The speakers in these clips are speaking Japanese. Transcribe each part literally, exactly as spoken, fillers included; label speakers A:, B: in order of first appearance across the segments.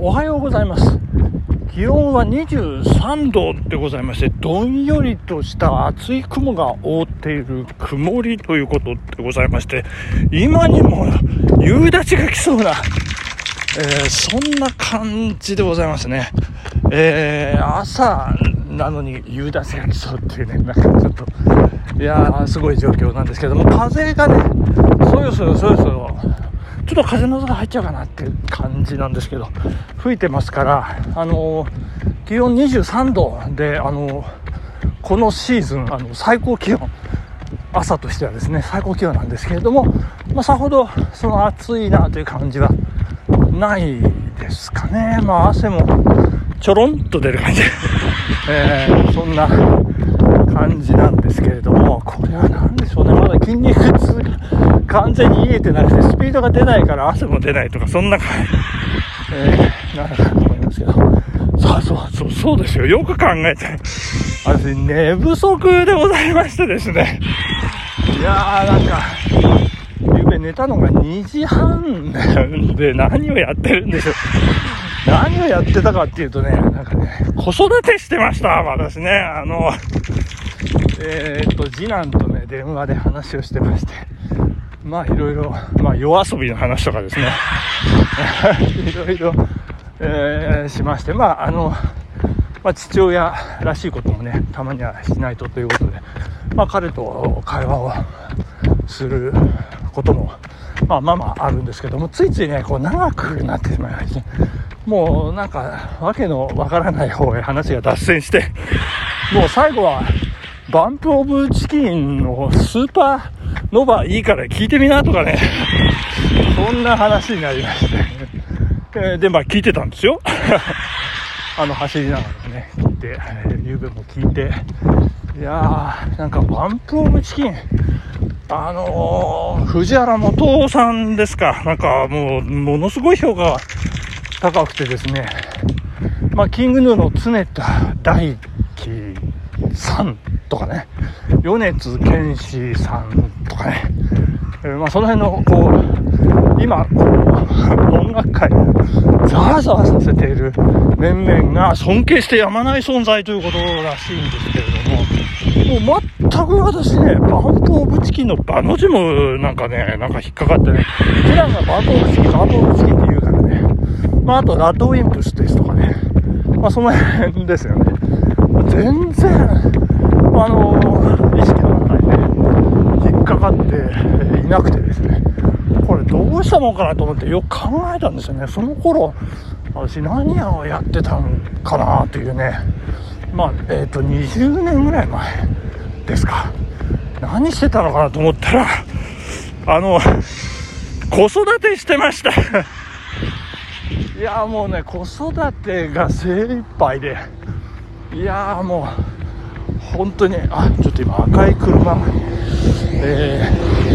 A: おはようございます。気温はにじゅうさんどでございまして、どんよりとした厚い雲が覆っている曇りということでございまして、今にも夕立が来そうな、えー、そんな感じでございますね。えー、朝なのに夕立が来そうっていうね、なんかちょっといやーすごい状況なんですけども、風がねそよそよそよそよちょっと風の中入っちゃうかなっていう感じなんですけど、吹いてますから、あのー、気温にじゅうさんどで、あのー、このシーズンあの最高気温、朝としてはですね最高気温なんですけれども、まあ、さほどその暑いなという感じはないですかね。まあ汗もちょろんと出る感じ、えー、そんな感じなんですけれども、これは何でしょうね、まだ筋肉痛が完全に癒えてなくて、スピードが出ないから汗も出ないとか、そんな感じ、えー、なるかと思いますけど、そうそうそうそうですよ。よく考えて、私寝不足でございましてですね、いやーなんかゆうべ寝たのがにじはんで、何をやってるんでしょう。何をやってたかっていうとね、なんかね、子育てしてました、私ね。あの、えー、っと、次男とね、電話で話をしてまして、まあ、いろいろ、まあ、夜遊びの話とかですね、いろいろ、えー、しまして、まあ、あの、まあ、父親らしいこともね、たまにはしないとということで、まあ、彼と会話をすることも、まあ、まあまああるんですけども、ついついね、こう、長くなってしまいまして、もうなんかわけのわからない方へ話が脱線して、もう最後はバンプオブチキンのスーパーノバいいから聞いてみなとかね、そんな話になりまして、えー、でまあ聞いてたんですよあの走りながらね聞いて、ゆうべも聞いて、いやーなんかバンプオブチキン、あのー、藤原元さんですか、なんかもうものすごい評価が高くてですね、まあ、キングヌーの常田大樹さんとかね、米津玄師さんとかね、えー、まあその辺のこう今こう音楽界をざわざわさせている面々が尊敬してやまない存在ということらしいんですけれども、もう全く私ね、バンプオブチキンのバの字もなんかね、なんか引っかかってね、普段がバンプオブチキンバンプオブチキンって言うからね、まあ、あとラッドウィンプスですとかね、まあ、その辺ですよね。全然あの意識の中にね引っかかっていなくてですね、これどうしたもんかなと思ってよく考えたんですよね。その頃私何をやってたのかなというね、まあえっとにじゅうねんぐらい前ですか、何してたのかなと思ったら、あの子育てしてましたいやーもうね、子育てが精一杯で、いやーもう本当に、あ、ちょっと今赤い車、え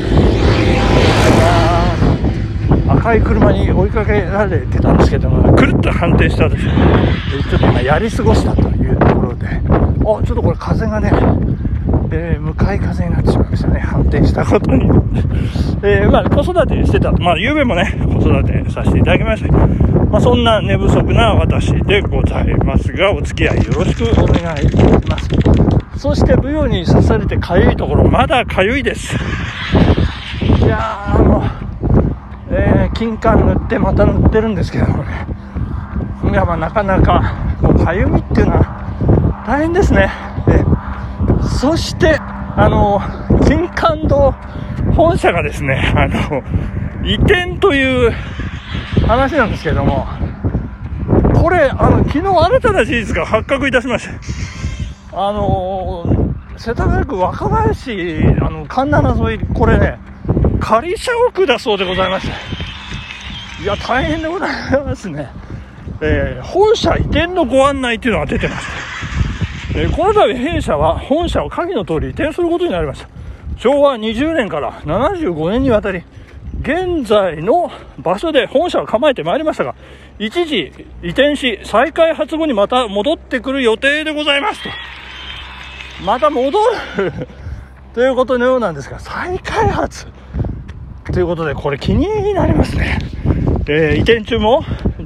A: ー、赤い車に追いかけられてたんですけども、くるっと反転した私、ちょっと今やり過ごしたというところで、お、ちょっとこれ風がね、えー、向かい風になってしまいましたね、反転したことにえー、まあ子育てしてた、まあ夕べもね子育てさせていただきました。まあ、そんな寝不足な私でございますが、お付き合いよろしくお願いいたします。そして舞踊に刺されてかゆいところ、まだかゆいです。いやーもう、えー、金柑塗ってまた塗ってるんですけどもね、いやまあなかなかもうかゆみっていうのは大変ですね。えー、そしてあの金柑堂本社がですね、あの移転という話なんですけれども、これあの昨日新たな事実が発覚いたしまして、あのー、世田谷区若林あの環七沿い、これね仮社屋だそうでございまして、いや大変でございますね。えー、本社移転のご案内というのが出てまして、えー、この度弊社は本社を下記の通り移転することになりました。しょうわにじゅうねんからななじゅうごねんにわたり現在の場所で本社を構えてまいりましたが、一時移転し再開発後にまた戻ってくる予定でございますと。また戻るということのようなんですが、再開発ということでこれ気になりますね。えー、移転中も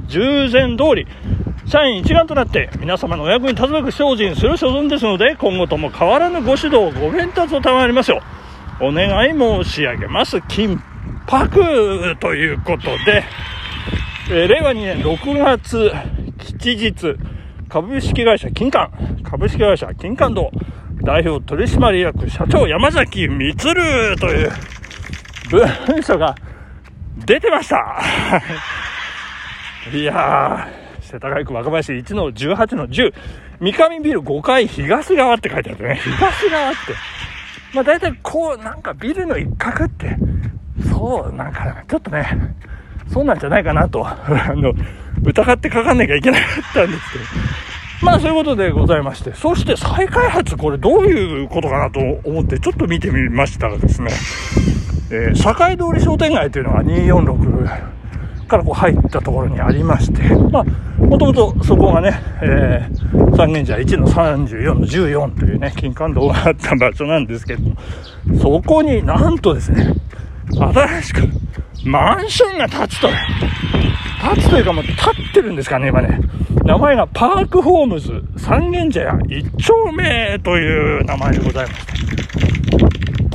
A: 従前通り社員一丸となって皆様のお役に立つべく精進する所存ですので、今後とも変わらぬご指導ご鞭撻を賜りますようお願い申し上げます。金箔ということで、えー、れいわにねんろくがつ吉日、株式会社金柑株式会社金柑堂代表取締役社長山崎充という文書が出てましたいやー、世田谷区若林いちのじゅうはちのじゅう三上ビルごかい東側って書いてあるね。東側ってまあ大体こうなんかビルの一角ってそうなんかちょっとねそうなんじゃないかなとあの疑ってかかんなきゃいけなかったんですけど、まあそういうことでございまして、そして再開発これどういうことかなと思ってちょっと見てみましたらですね、えー、堺通り商店街というのがにひゃくよんじゅうろくからこう入ったところにありまして、まあもともとそこがね、えー、三軒茶屋いちのさんじゅうよんのじゅうよんというね金柑堂があった場所なんですけども、そこになんとですね新しくマンションが建つと建つというかもう建ってるんですかね今ね。名前がパークホームズ三軒茶屋一丁目という名前でございまして、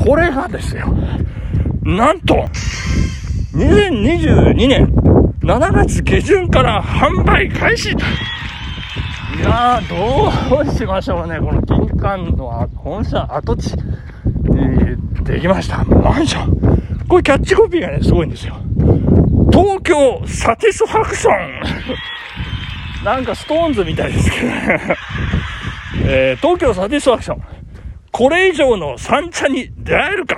A: これがですよなんとにせんにじゅうにねんしちがつげじゅんから販売開始と。いやーどうしましょうね、この金柑の本社跡地にできましたマンション。これキャッチコピーがねすごいんですよ。東京サティスファクションなんかストーンズみたいですけどね、えー、東京サティスファクション、これ以上の三茶に出会えるか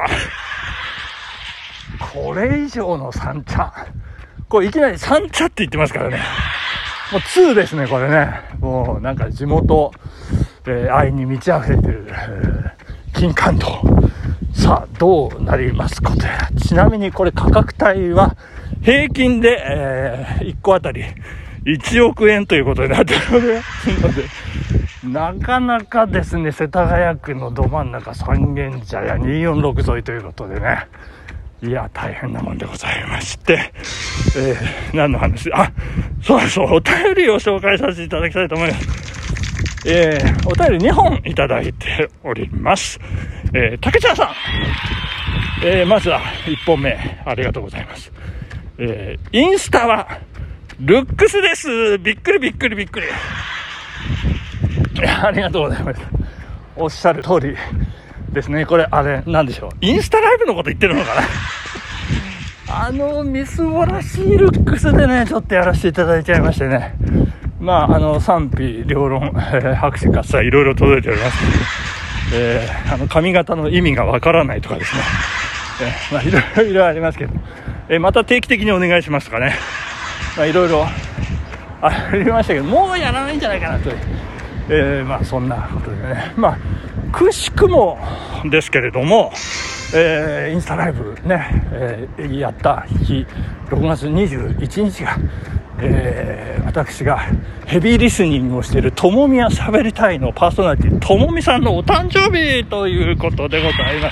A: これ以上の三茶、これいきなり三茶って言ってますからね、もうにですねこれね。もうなんか地元、えー、愛に満ち溢れてる、えー、金柑堂、さあどうなりますことやら。ちなみにこれ価格帯は平均で、えー、いっこあたりいちおくえんということになっているのでなかなかですね世田谷区のど真ん中三軒茶屋にひゃくよんじゅうろく沿いということでね、いや大変なもんでございまして、えー、何の話、あそうそうお便りを紹介させていただきたいと思います。えー、お便りにほんいただいております。えー、竹ちゃんさん、えー、まずはいっぽんめありがとうございます。えー、インスタはルックスです。びっくりびっくりびっくり。ありがとうございます。おっしゃる通りですね。これあれなんでしょう、インスタライブのこと言ってるのかなあのみすぼらしいルックスでねちょっとやらせていただいちゃいましてね、まああの賛否両論、えー、拍手喝采いろいろ届いておりますけど、えー、あの髪型の意味がわからないとかですね、えー、まあいろいろありますけど、えー、また定期的にお願いしますとかね、まあいろいろありましたけど、もうやらないんじゃないかなという、えー、まあそんなことでね、まあくしくもですけれども、えー、インスタライブね、えー、やった日ろくがつにじゅういちにちが、えー、私がヘビーリスニングをしているともみはしゃべりたいのパーソナリティともみさんのお誕生日ということでございます。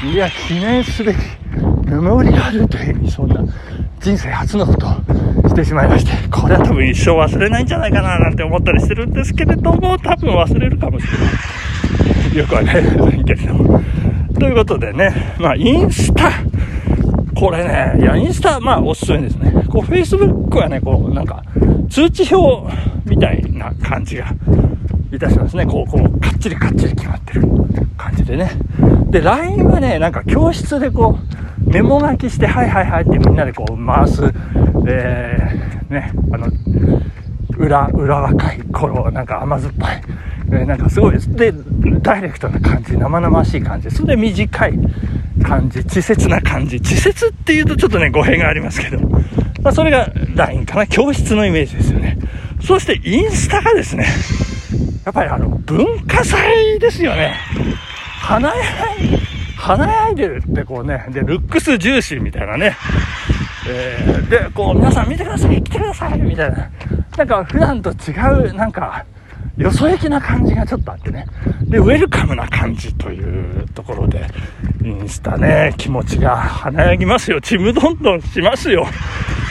A: いや記念すべきメモリアルというそんな人生初のことをしてしまいまして、これは多分一生忘れないんじゃないかななんて思ったりしてるんですけれども、多分忘れるかもしれないよくはねないけれども、ということでね、まあインスタこれね、いやインスタまあおすすめですね。こうフェイスブックはねこうなんか通知表みたいな感じがいたしますね。こうこうかっちりかっちり決まってる感じでね。で ライン はねなんか教室でこうメモ書きしてはいはいはいってみんなでこう回す、えー、ねあの裏裏若い頃なんか甘酸っぱい、えー、なんかすごいでダイレクトな感じ、生々しい感じ、それで短い感じ、稚拙な感じ、稚拙っていうとちょっとね語弊がありますけど、まあ、それが ライン かな、教室のイメージですよね。そしてインスタがですねやっぱりあの文化祭ですよね。華やい華やいでるってこうね、でルックス重視みたいなね、えー、でこう皆さん見てください来てくださいみたいな、なんか普段と違うなんかよそ行きな感じがちょっとあってね、でウェルカムな感じというところでインスタね気持ちが華やぎますよ。ちむどんどんしますよ。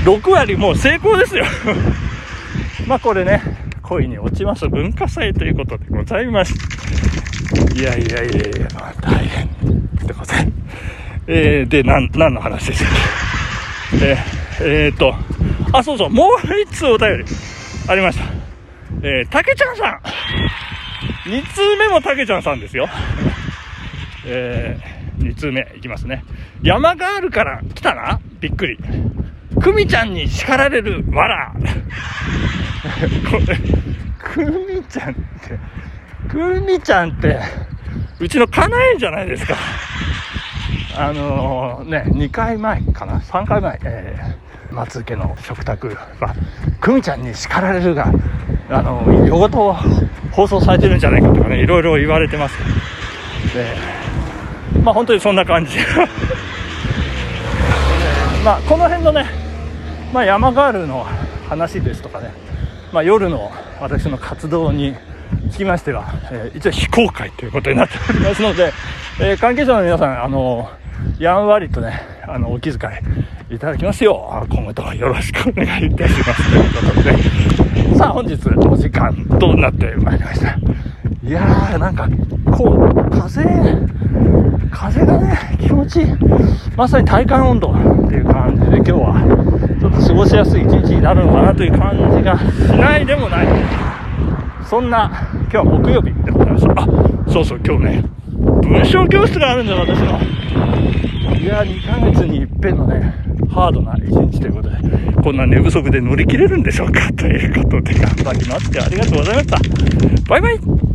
A: ろくわりもう成功ですよまあこれね、恋に落ちます文化祭ということでございます。いやいやいやいや、まあ、大変ってことで、えー、でなん何の話でしたっけ。えー、えー、っとあそうそう、もう一つお便りありました。えー、たけちゃんさん、に通目もたけちゃんさんですよ。えー、に通目いきますね。山ガールから来たな、びっくり。くみちゃんに叱られるわらこれくみちゃんってくみちゃんってうちの家内じゃないですか。あのー、ねにかいまえかなさんかいまえ、えー、松家の食卓はくみちゃんに叱られるがあのー、夜ごと放送されてるんじゃないかとかね、いろいろ言われてますで、まあ本当にそんな感じまあこの辺のね、まあ、山ガールの話ですとかね、まあ、夜の私の活動につきましては、えー、一応非公開ということになっておりますので、えー、関係者の皆さん、あのやんわりとね、あのお気遣いいただきますよう今後ともよろしくお願いいたしますということで、さあ本日お時間となってまいりました。いやーなんかこう風風がね気持ちいい、まさに体感温度っていう感じで、今日はちょっと過ごしやすい一日になるのかなという感じがしないでもない、そんな今日は木曜日でございました。あ、そうそう、今日ね文章教室があるんだよ、私の。いやにかげつに一遍のねハードな一日ということで、こんな寝不足で乗り切れるんでしょうかということで頑張ります。ありがとうございました。バイバイ。